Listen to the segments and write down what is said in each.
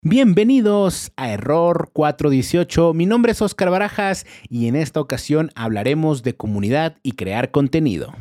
Bienvenidos a Error 418, mi nombre es Oscar Barajas y en esta ocasión hablaremos de comunidad y crear contenido.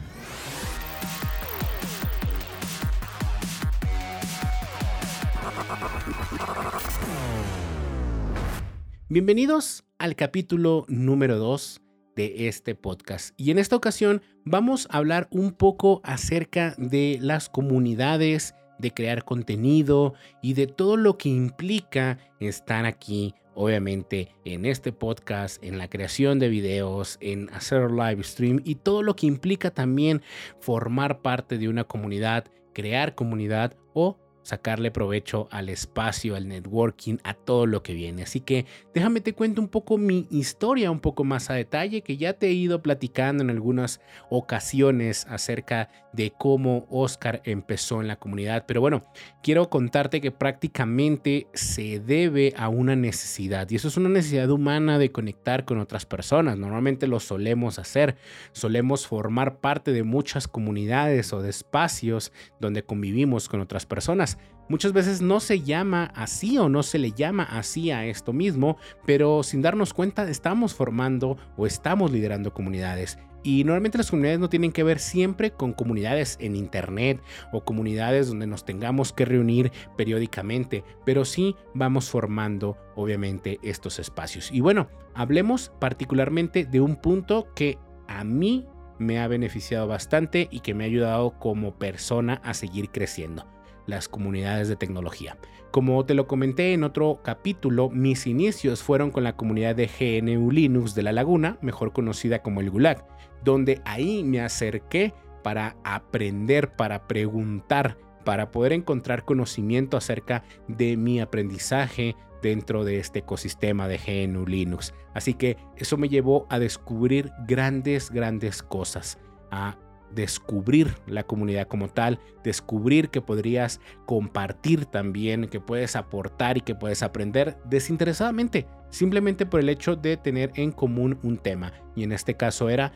Bienvenidos al capítulo número 2 de este podcast y en esta ocasión vamos a hablar un poco acerca de las comunidades, de crear contenido y de todo lo que implica estar aquí, obviamente, en este podcast, en la creación de videos, en hacer live stream y todo lo que implica también formar parte de una comunidad, crear comunidad o sacarle provecho al espacio, al networking, a todo lo que viene. Así que déjame te cuento un poco mi historia, un poco más a detalle, que ya te he ido platicando en algunas ocasiones acerca de cómo Oscar empezó en la comunidad. Pero bueno, quiero contarte que prácticamente se debe a una necesidad, y eso es una necesidad humana de conectar con otras personas. Normalmente lo solemos hacer, solemos formar parte de muchas comunidades o de espacios donde convivimos con otras personas. Muchas veces no se llama así o no se le llama así a esto mismo, pero sin darnos cuenta estamos formando o estamos liderando comunidades. Y normalmente las comunidades no tienen que ver siempre con comunidades en internet o comunidades donde nos tengamos que reunir periódicamente, pero sí vamos formando obviamente estos espacios. Y bueno, hablemos particularmente de un punto que a mí me ha beneficiado bastante y que me ha ayudado como persona a seguir creciendo: las comunidades de tecnología. Como te lo comenté en otro capítulo, mis inicios fueron con la comunidad de GNU Linux de La Laguna, mejor conocida como el Gulag, donde ahí me acerqué para aprender, para preguntar, para poder encontrar conocimiento acerca de mi aprendizaje dentro de este ecosistema de GNU Linux. Así que eso me llevó a descubrir grandes cosas, a descubrir la comunidad como tal, descubrir que podrías compartir también, que puedes aportar y que puedes aprender desinteresadamente, simplemente por el hecho de tener en común un tema, y en este caso era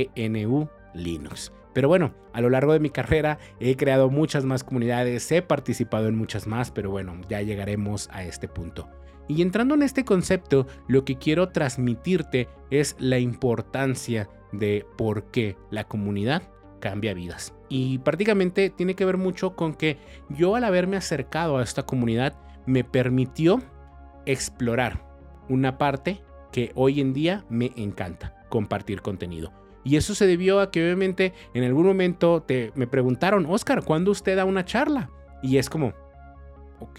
GNU Linux. Pero bueno, a lo largo de mi carrera he creado muchas más comunidades, he participado en muchas más, pero bueno, ya llegaremos a este punto. Y entrando en este concepto, lo que quiero transmitirte es la importancia de por qué la comunidad cambia vidas. Y prácticamente tiene que ver mucho con que yo, al haberme acercado a esta comunidad, me permitió explorar una parte que hoy en día me encanta: compartir contenido. Y eso se debió a que obviamente en algún momento me preguntaron: Oscar, ¿cuándo usted da una charla? Y es como, ok,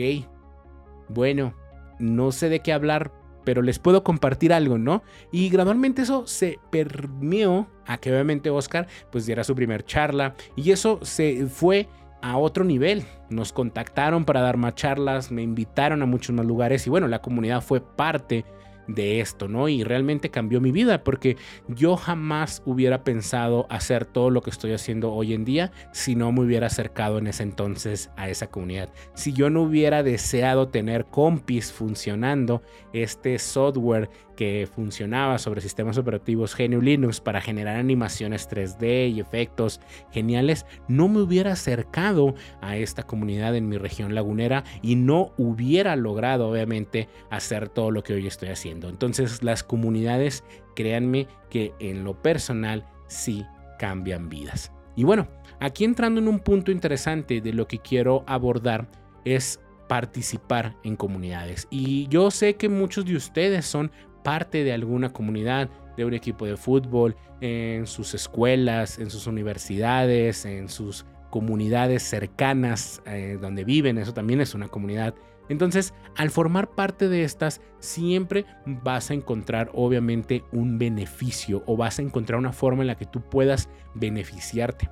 bueno, no sé de qué hablar, pero les puedo compartir algo, ¿no? Y gradualmente eso se permeó a que obviamente Oscar pues diera su primer charla, y eso se fue a otro nivel. Nos contactaron para dar más charlas, me invitaron a muchos más lugares y bueno, la comunidad fue parte de esto, ¿no? Y realmente cambió mi vida, porque yo jamás hubiera pensado hacer todo lo que estoy haciendo hoy en día si no me hubiera acercado en ese entonces a esa comunidad. Si yo no hubiera deseado tener Compis funcionando, este software que funcionaba sobre sistemas operativos GNU Linux para generar animaciones 3D y efectos geniales, no me hubiera acercado a esta comunidad en mi región lagunera y no hubiera logrado obviamente hacer todo lo que hoy estoy haciendo. Entonces las comunidades, créanme que en lo personal sí cambian vidas. Y bueno, aquí entrando en un punto interesante de lo que quiero abordar es participar en comunidades. Y yo sé que muchos de ustedes son parte de alguna comunidad, de un equipo de fútbol, en sus escuelas, en sus universidades, en sus comunidades cercanas donde viven. Eso también es una comunidad. Entonces, al formar parte de estas, siempre vas a encontrar obviamente un beneficio, o vas a encontrar una forma en la que tú puedas beneficiarte.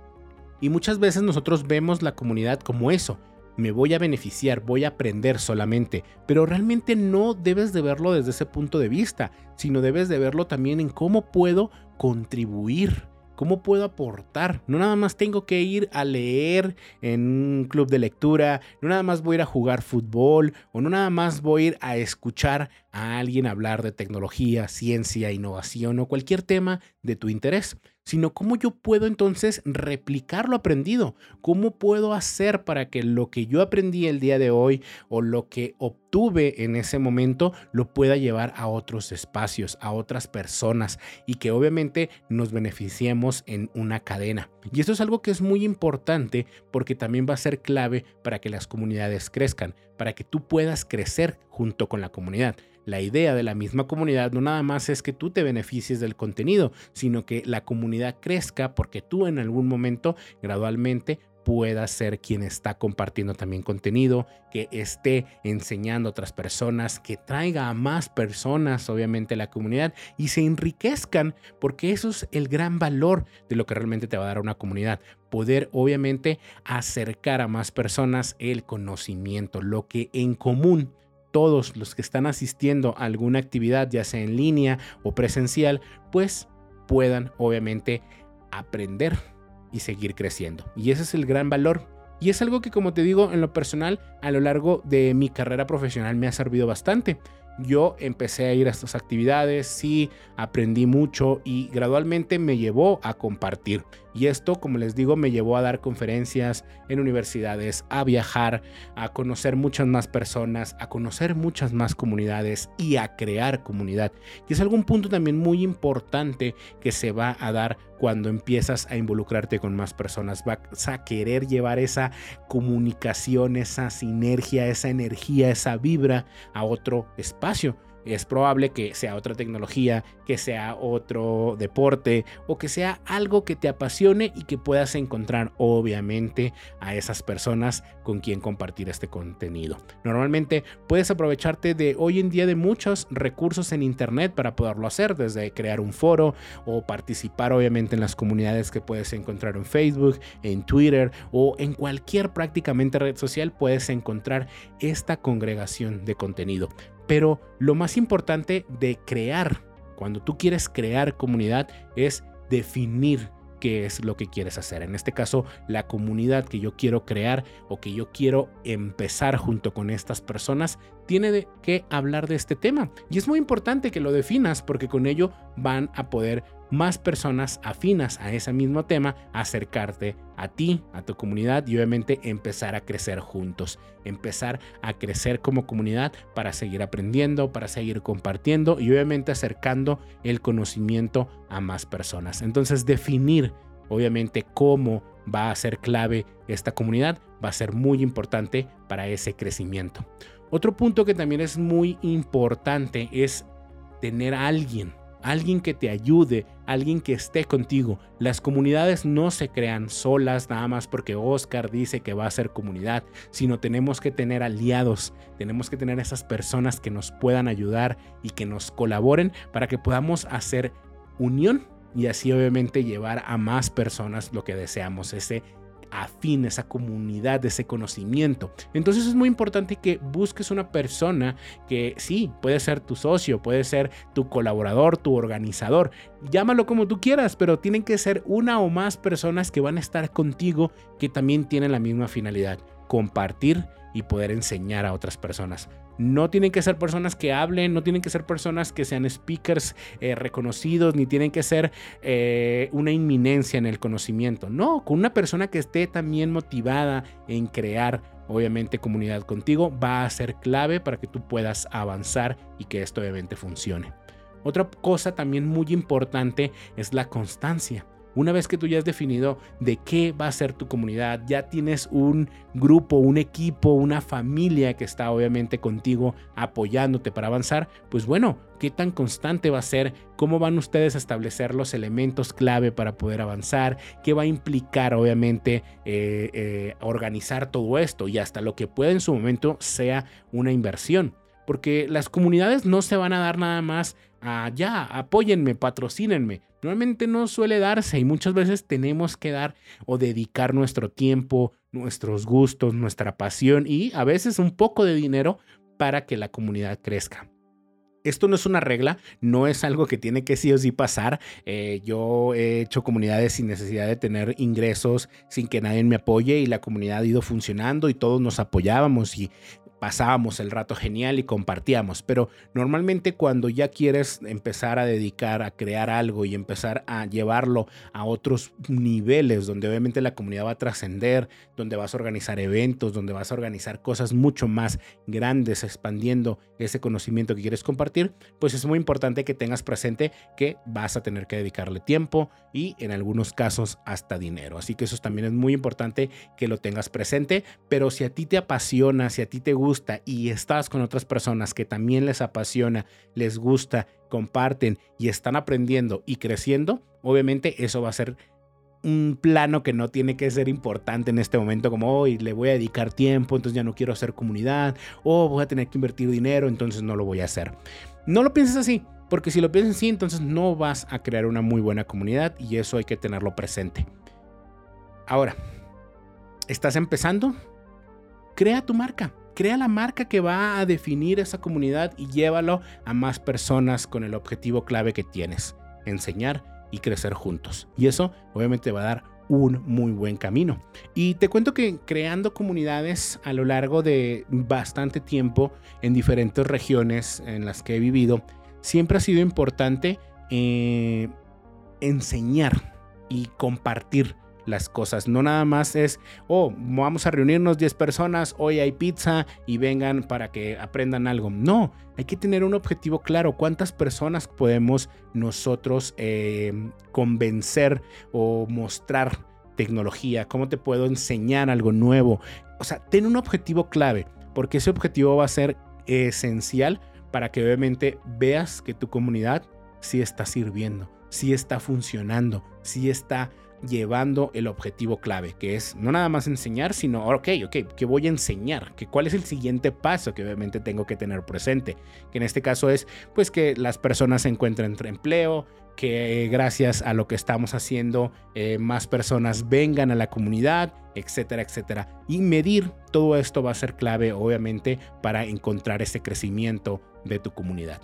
Y muchas veces nosotros vemos la comunidad como eso: me voy a beneficiar, voy a aprender solamente, pero realmente no debes de verlo desde ese punto de vista, sino debes de verlo también en cómo puedo contribuir, cómo puedo aportar. No nada más tengo que ir a leer en un club de lectura, no nada más voy a ir a jugar fútbol, o no nada más voy a ir a escuchar a alguien hablar de tecnología, ciencia, innovación o cualquier tema de tu interés, sino cómo yo puedo entonces replicar lo aprendido. ¿Cómo puedo hacer para que lo que yo aprendí el día de hoy o lo que obtuve en ese momento lo pueda llevar a otros espacios, a otras personas y que obviamente nos beneficiemos en una cadena? Y esto es algo que es muy importante porque también va a ser clave para que las comunidades crezcan, para que tú puedas crecer junto con la comunidad. La idea de la misma comunidad no nada más es que tú te beneficies del contenido, sino que la comunidad crezca porque tú en algún momento gradualmente puedas ser quien está compartiendo también contenido, que esté enseñando a otras personas, que traiga a más personas, obviamente, a la comunidad y se enriquezcan, porque eso es el gran valor de lo que realmente te va a dar una comunidad. Poder, obviamente, acercar a más personas el conocimiento, lo que en común todos los que están asistiendo a alguna actividad, ya sea en línea o presencial, pues puedan, obviamente, aprender y seguir creciendo. Y ese es el gran valor. Y es algo que, como te digo, en lo personal, a lo largo de mi carrera profesional me ha servido bastante. Yo empecé a ir a estas actividades, sí, aprendí mucho y gradualmente me llevó a compartir. Y esto, como les digo, me llevó a dar conferencias en universidades, a viajar, a conocer muchas más personas, a conocer muchas más comunidades y a crear comunidad. Y es algún punto también muy importante que se va a dar cuando empiezas a involucrarte con más personas. Vas a querer llevar esa comunicación, esa sinergia, esa energía, esa vibra a otro espacio. Es probable que sea otra tecnología, que sea otro deporte o que sea algo que te apasione y que puedas encontrar obviamente a esas personas con quien compartir este contenido. Normalmente puedes aprovecharte de hoy en día de muchos recursos en internet para poderlo hacer, desde crear un foro o participar obviamente en las comunidades que puedes encontrar en Facebook, en Twitter o en cualquier prácticamente red social. Puedes encontrar esta congregación de contenido. Pero lo más importante de crear, cuando tú quieres crear comunidad, es definir qué es lo que quieres hacer. En este caso, la comunidad que yo quiero crear o que yo quiero empezar junto con estas personas tiene que hablar de este tema. Y es muy importante que lo definas porque con ello van a poder más personas afinas a ese mismo tema acercarte a ti, a tu comunidad y obviamente empezar a crecer juntos, empezar a crecer como comunidad para seguir aprendiendo, para seguir compartiendo y obviamente acercando el conocimiento a más personas. Entonces, definir obviamente cómo va a ser clave esta comunidad va a ser muy importante para ese crecimiento. Otro punto que también es muy importante es tener a alguien que te ayude, alguien que esté contigo. Las comunidades no se crean solas nada más porque Oscar dice que va a ser comunidad, sino tenemos que tener aliados, tenemos que tener esas personas que nos puedan ayudar y que nos colaboren para que podamos hacer unión y así obviamente llevar a más personas lo que deseamos, ese afín, esa comunidad, ese conocimiento. Entonces es muy importante que busques una persona que sí, puede ser tu socio, puede ser tu colaborador, tu organizador, llámalo como tú quieras, pero tienen que ser una o más personas que van a estar contigo que también tienen la misma finalidad, compartir y poder enseñar a otras personas. No tienen que ser personas que hablen, no tienen que ser personas que sean speakers reconocidos, ni tienen que ser una inminencia en el conocimiento. No, con una persona que esté también motivada en crear, obviamente, comunidad contigo, va a ser clave para que tú puedas avanzar y que esto obviamente funcione. Otra cosa también muy importante es la constancia. Una vez que tú ya has definido de qué va a ser tu comunidad, ya tienes un grupo, un equipo, una familia que está obviamente contigo apoyándote para avanzar, pues bueno, ¿qué tan constante va a ser? ¿Cómo van ustedes a establecer los elementos clave para poder avanzar? ¿Qué va a implicar obviamente organizar todo esto? Y hasta lo que pueda en su momento sea una inversión. Porque las comunidades no se van a dar nada más ya, apóyenme, patrocínenme. Normalmente no suele darse y muchas veces tenemos que dar o dedicar nuestro tiempo, nuestros gustos, nuestra pasión y a veces un poco de dinero para que la comunidad crezca. Esto no es una regla, no es algo que tiene que sí o sí pasar. Yo he hecho comunidades sin necesidad de tener ingresos, sin que nadie me apoye y la comunidad ha ido funcionando y todos nos apoyábamos y pasábamos el rato genial y compartíamos, pero normalmente cuando ya quieres empezar a dedicar a crear algo y empezar a llevarlo a otros niveles donde obviamente la comunidad va a trascender, donde vas a organizar eventos, donde vas a organizar cosas mucho más grandes, expandiendo ese conocimiento que quieres compartir, pues es muy importante que tengas presente que vas a tener que dedicarle tiempo y en algunos casos hasta dinero. Así que eso también es muy importante que lo tengas presente, pero si a ti te apasiona, si a ti te gusta y estás con otras personas que también les apasiona, les gusta, comparten y están aprendiendo y creciendo, obviamente eso va a ser un plano que no tiene que ser importante en este momento, como hoy le voy a dedicar tiempo, entonces ya no quiero hacer comunidad, o voy a tener que invertir dinero, entonces no lo voy a hacer. No lo pienses así, porque si lo piensas así, entonces no vas a crear una muy buena comunidad y eso hay que tenerlo presente. Ahora, ¿estás empezando? Crea tu marca. Crea la marca que va a definir esa comunidad y llévalo a más personas con el objetivo clave que tienes: enseñar y crecer juntos. Y eso obviamente va a dar un muy buen camino. Y te cuento que creando comunidades a lo largo de bastante tiempo en diferentes regiones en las que he vivido, siempre ha sido importante enseñar y compartir las cosas. No nada más es, vamos a reunirnos 10 personas, hoy hay pizza y vengan para que aprendan algo. No, hay que tener un objetivo claro. ¿Cuántas personas podemos nosotros convencer o mostrar tecnología? ¿Cómo te puedo enseñar algo nuevo? O sea, ten un objetivo clave, porque ese objetivo va a ser esencial para que obviamente veas que tu comunidad sí está sirviendo, sí está funcionando, sí está llevando el objetivo clave, que es no nada más enseñar, sino, ¿qué voy a enseñar? ¿Cuál es el siguiente paso que obviamente tengo que tener presente? Que en este caso es, pues, que las personas encuentren empleo, que gracias a lo que estamos haciendo, más personas vengan a la comunidad, etcétera, etcétera. Y medir todo esto va a ser clave, obviamente, para encontrar ese crecimiento de tu comunidad.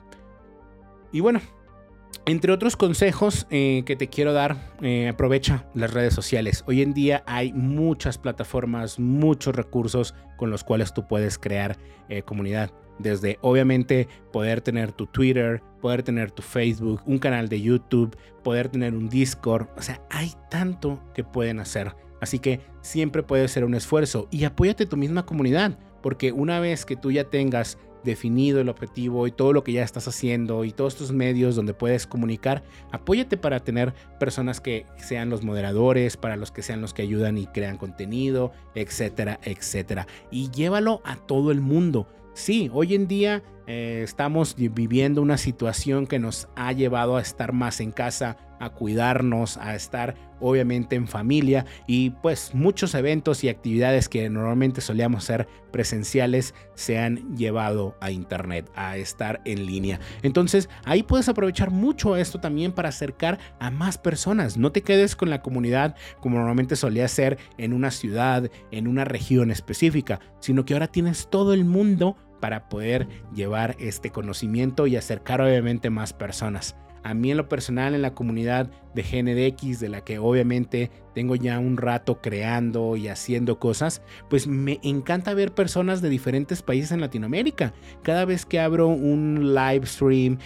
Y bueno, entre otros consejos que te quiero dar, aprovecha las redes sociales. Hoy en día hay muchas plataformas, muchos recursos con los cuales tú puedes crear comunidad. Desde obviamente poder tener tu Twitter, poder tener tu Facebook, un canal de YouTube, poder tener un Discord. O sea, hay tanto que pueden hacer. Así que siempre puede ser un esfuerzo y apóyate tu misma comunidad, porque una vez que tú ya tengas definido el objetivo y todo lo que ya estás haciendo y todos tus medios donde puedes comunicar, apóyate para tener personas que sean los moderadores, para los que sean los que ayudan y crean contenido, etcétera, etcétera. Y llévalo a todo el mundo. Sí, hoy en día estamos viviendo una situación que nos ha llevado a estar más en casa, a cuidarnos, a estar obviamente en familia y pues muchos eventos y actividades que normalmente solíamos ser presenciales se han llevado a internet, a estar en línea. Entonces ahí puedes aprovechar mucho esto también para acercar a más personas. No te quedes con la comunidad como normalmente solía ser en una ciudad, en una región específica, sino que ahora tienes todo el mundo para poder llevar este conocimiento y acercar obviamente más personas. A mí en lo personal, en la comunidad de GNDX, de la que obviamente tengo ya un rato creando y haciendo cosas, pues me encanta ver personas de diferentes países en Latinoamérica. Cada vez que abro un live stream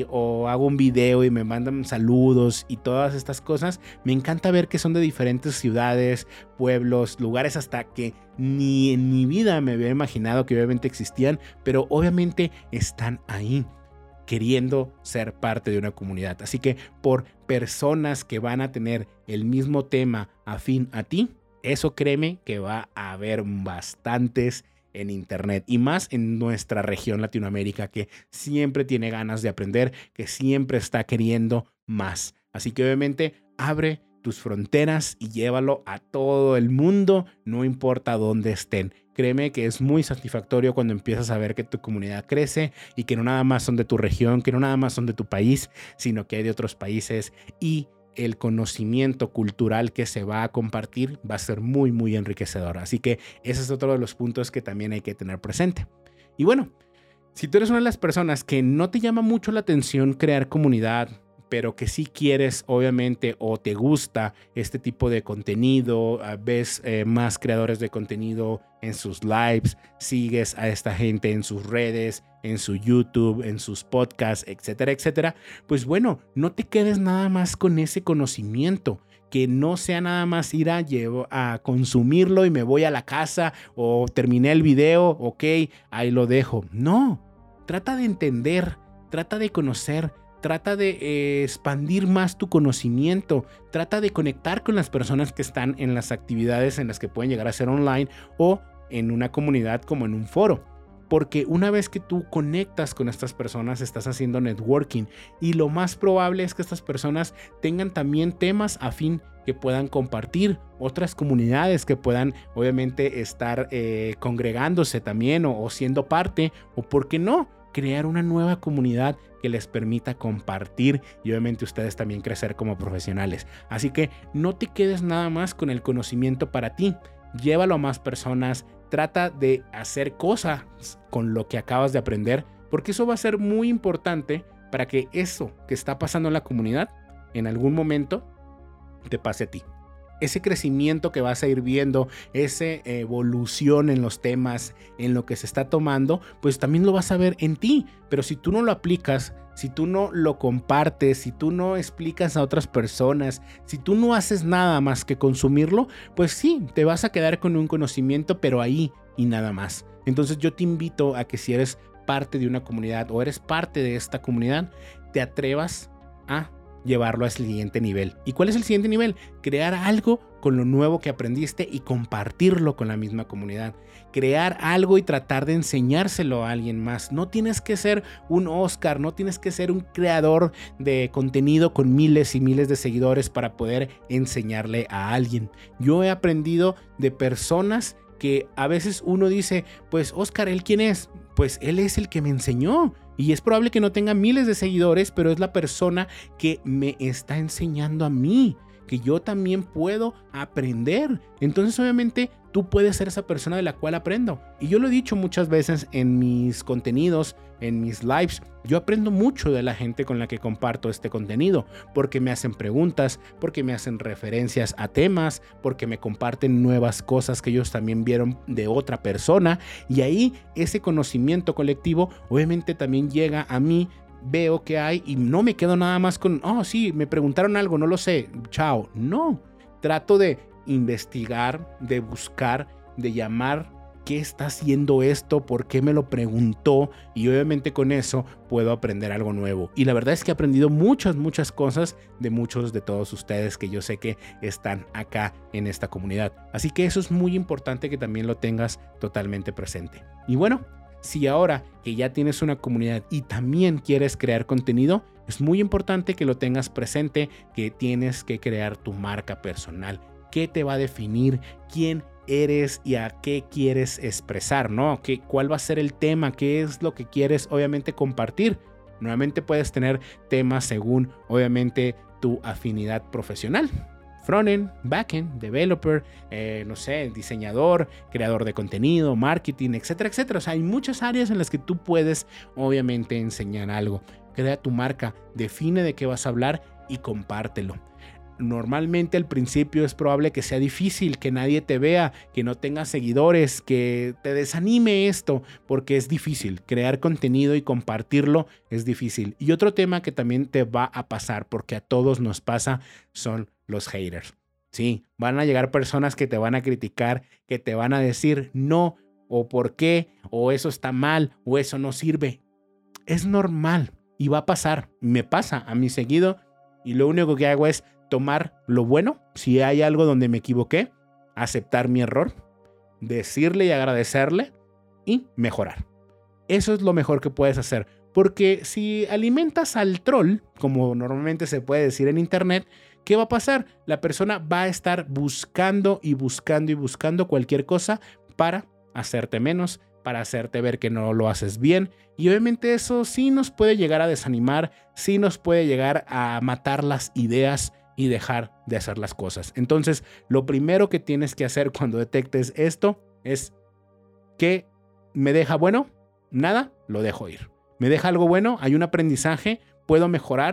o hago un video y me mandan saludos y todas estas cosas, me encanta ver que son de diferentes ciudades, pueblos, lugares hasta que ni en mi vida me había imaginado que obviamente existían, pero obviamente están ahí, queriendo ser parte de una comunidad. Así que por personas que van a tener el mismo tema afín a ti, eso créeme que va a haber bastantes en internet y más en nuestra región Latinoamérica, que siempre tiene ganas de aprender, que siempre está queriendo más. Así que obviamente abre tus fronteras y llévalo a todo el mundo, no importa dónde estén. Créeme que es muy satisfactorio cuando empiezas a ver que tu comunidad crece y que no nada más son de tu región, que no nada más son de tu país, sino que hay de otros países, y el conocimiento cultural que se va a compartir va a ser muy, muy enriquecedor. Así que ese es otro de los puntos que también hay que tener presente. Y bueno, si tú eres una de las personas que no te llama mucho la atención crear comunidad, pero que sí quieres, obviamente, o te gusta este tipo de contenido, ves más creadores de contenido en sus lives, sigues a esta gente en sus redes, en su YouTube, en sus podcasts, etcétera, etcétera, pues bueno, no te quedes nada más con ese conocimiento. Que no sea nada más ir a consumirlo y me voy a la casa o terminé el video, ok, ahí lo dejo. No, trata de entender, trata de conocer, trata de expandir más tu conocimiento, trata de conectar con las personas que están en las actividades en las que pueden llegar a ser online o en una comunidad como en un foro. Porque una vez que tú conectas con estas personas, estás haciendo networking y lo más probable es que estas personas tengan también temas afín que puedan compartir, otras comunidades que puedan obviamente estar congregándose también o siendo parte, o por qué no, crear una nueva comunidad que les permita compartir y obviamente ustedes también crecer como profesionales. Así que no te quedes nada más con el conocimiento para ti, llévalo a más personas. Trata de hacer cosas con lo que acabas de aprender, porque eso va a ser muy importante para que eso que está pasando en la comunidad en algún momento te pase a ti. Ese crecimiento que vas a ir viendo, esa evolución en los temas, en lo que se está tomando, pues también lo vas a ver en ti. Pero si tú no lo aplicas, si tú no lo compartes, si tú no explicas a otras personas, si tú no haces nada más que consumirlo, pues sí, te vas a quedar con un conocimiento, pero ahí y nada más. Entonces yo te invito a que si eres parte de una comunidad o eres parte de esta comunidad, te atrevas a llevarlo al siguiente nivel. ¿Y cuál es el siguiente nivel? Crear algo con lo nuevo que aprendiste y compartirlo con la misma comunidad. Crear algo y tratar de enseñárselo a alguien más. No tienes que ser un Oscar, no tienes que ser un creador de contenido con miles y miles de seguidores para poder enseñarle a alguien. Yo he aprendido de personas que a veces uno dice, pues Oscar, ¿él quién es? Pues él es el que me enseñó. Y es probable que no tenga miles de seguidores, pero es la persona que me está enseñando a mí, que yo también puedo aprender. Entonces, obviamente, tú puedes ser esa persona de la cual aprendo. Y yo lo he dicho muchas veces en mis contenidos, en mis lives. Yo aprendo mucho de la gente con la que comparto este contenido, porque me hacen preguntas, porque me hacen referencias a temas, porque me comparten nuevas cosas que ellos también vieron de otra persona. Y ahí ese conocimiento colectivo obviamente también llega a mí. Veo que hay y no me quedo nada más con, oh sí, me preguntaron algo, no lo sé, chao. No, trato de investigar, de buscar, de llamar qué está haciendo esto, por qué me lo preguntó, y obviamente con eso puedo aprender algo nuevo. Y la verdad es que he aprendido muchas cosas de muchos de todos ustedes que yo sé que están acá en esta comunidad. Así que eso es muy importante que también lo tengas totalmente presente. Y bueno, si ahora que ya tienes una comunidad y también quieres crear contenido, es muy importante que lo tengas presente, que tienes que crear tu marca personal. ¿Qué te va a definir? ¿Quién eres y a qué quieres expresar, ¿no? ¿Cuál va a ser el tema? ¿Qué es lo que quieres obviamente compartir? Nuevamente puedes tener temas según obviamente tu afinidad profesional. Frontend, backend, developer, no sé, diseñador, creador de contenido, marketing, etcétera, etcétera. O sea, hay muchas áreas en las que tú puedes obviamente enseñar algo. Crea tu marca, define de qué vas a hablar y compártelo. Normalmente al principio es probable que sea difícil, que nadie te vea, que no tengas seguidores, que te desanime esto, porque es difícil. Crear contenido y compartirlo es difícil. Y otro tema que también te va a pasar, porque a todos nos pasa, son los haters. Sí, van a llegar personas que te van a criticar, que te van a decir no, o por qué, o eso está mal, o eso no sirve. Es normal y va a pasar. Me pasa a mí seguido y lo único que hago es tomar lo bueno, si hay algo donde me equivoqué, aceptar mi error, decirle y agradecerle y mejorar. Eso es lo mejor que puedes hacer, porque si alimentas al troll, como normalmente se puede decir en internet, ¿qué va a pasar? La persona va a estar buscando y buscando y buscando cualquier cosa para hacerte menos, para hacerte ver que no lo haces bien, y obviamente eso sí nos puede llegar a desanimar, sí nos puede llegar a matar las ideas y dejar de hacer las cosas. Entonces, lo primero que tienes que hacer cuando detectes esto es: ¿qué me deja bueno? Nada, lo dejo ir. ¿Me deja algo bueno? ¿Hay un aprendizaje? ¿Puedo mejorar?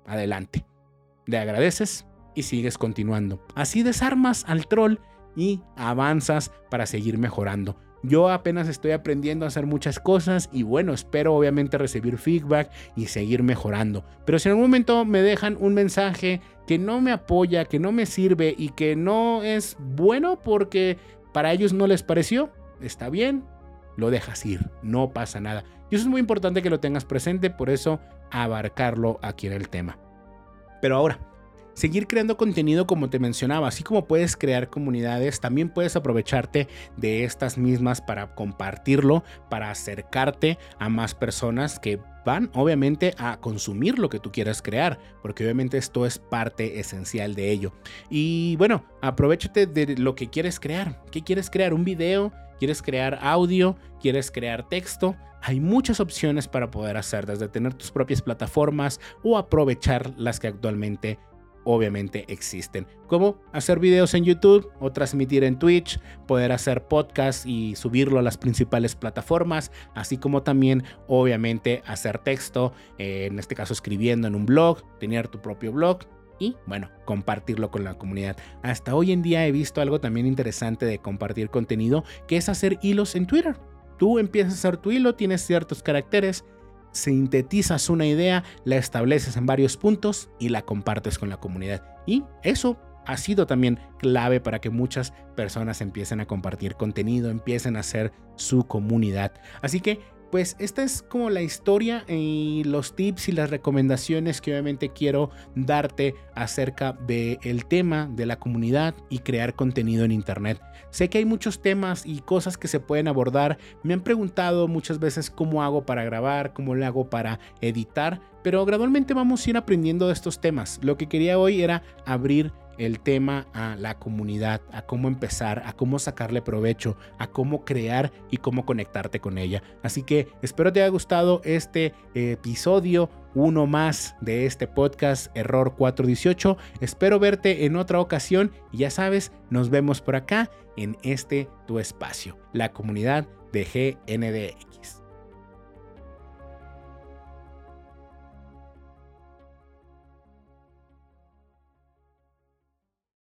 adelante. Le agradeces y sigues continuando. Así desarmas al troll y avanzas para seguir mejorando. Yo apenas estoy aprendiendo a hacer muchas cosas y bueno, espero obviamente recibir feedback y seguir mejorando. Pero si en algún momento me dejan un mensaje que no me apoya, que no me sirve y que no es bueno porque para ellos no les pareció, está bien, lo dejas ir, no pasa nada. Y eso es muy importante que lo tengas presente, por eso abarcarlo aquí en el tema. Pero ahora, seguir creando contenido como te mencionaba, así como puedes crear comunidades, también puedes aprovecharte de estas mismas para compartirlo, para acercarte a más personas que van obviamente a consumir lo que tú quieras crear, porque obviamente esto es parte esencial de ello. Y bueno, aprovéchate de lo que quieres crear. ¿Qué quieres crear? ¿Un video? ¿Quieres crear audio? ¿Quieres crear texto? Hay muchas opciones para poder hacer, desde tener tus propias plataformas o aprovechar las que actualmente obviamente existen, como hacer videos en YouTube o transmitir en Twitch, poder hacer podcast y subirlo a las principales plataformas, así como también obviamente hacer texto, en este caso escribiendo en un blog, tener tu propio blog y bueno, compartirlo con la comunidad. Hasta hoy en día he visto algo también interesante de compartir contenido, que es hacer hilos en Twitter. Tú empiezas a hacer tu hilo, tienes ciertos caracteres, sintetizas una idea, la estableces en varios puntos y la compartes con la comunidad. Y eso ha sido también clave para que muchas personas empiecen a compartir contenido, empiecen a hacer su comunidad. Así que pues esta es como la historia y los tips y las recomendaciones que obviamente quiero darte acerca del tema de la comunidad y crear contenido en internet. Sé que hay muchos temas y cosas que se pueden abordar. Me han preguntado muchas veces cómo hago para grabar, cómo le hago para editar, pero gradualmente vamos a ir aprendiendo de estos temas. Lo que quería hoy era abrir el tema a la comunidad, a cómo empezar, a cómo sacarle provecho, a cómo crear y cómo conectarte con ella. Así que espero te haya gustado este episodio, uno más de este podcast Error 418. Espero verte en otra ocasión y ya sabes, nos vemos por acá en este tu espacio, la comunidad de GNDX.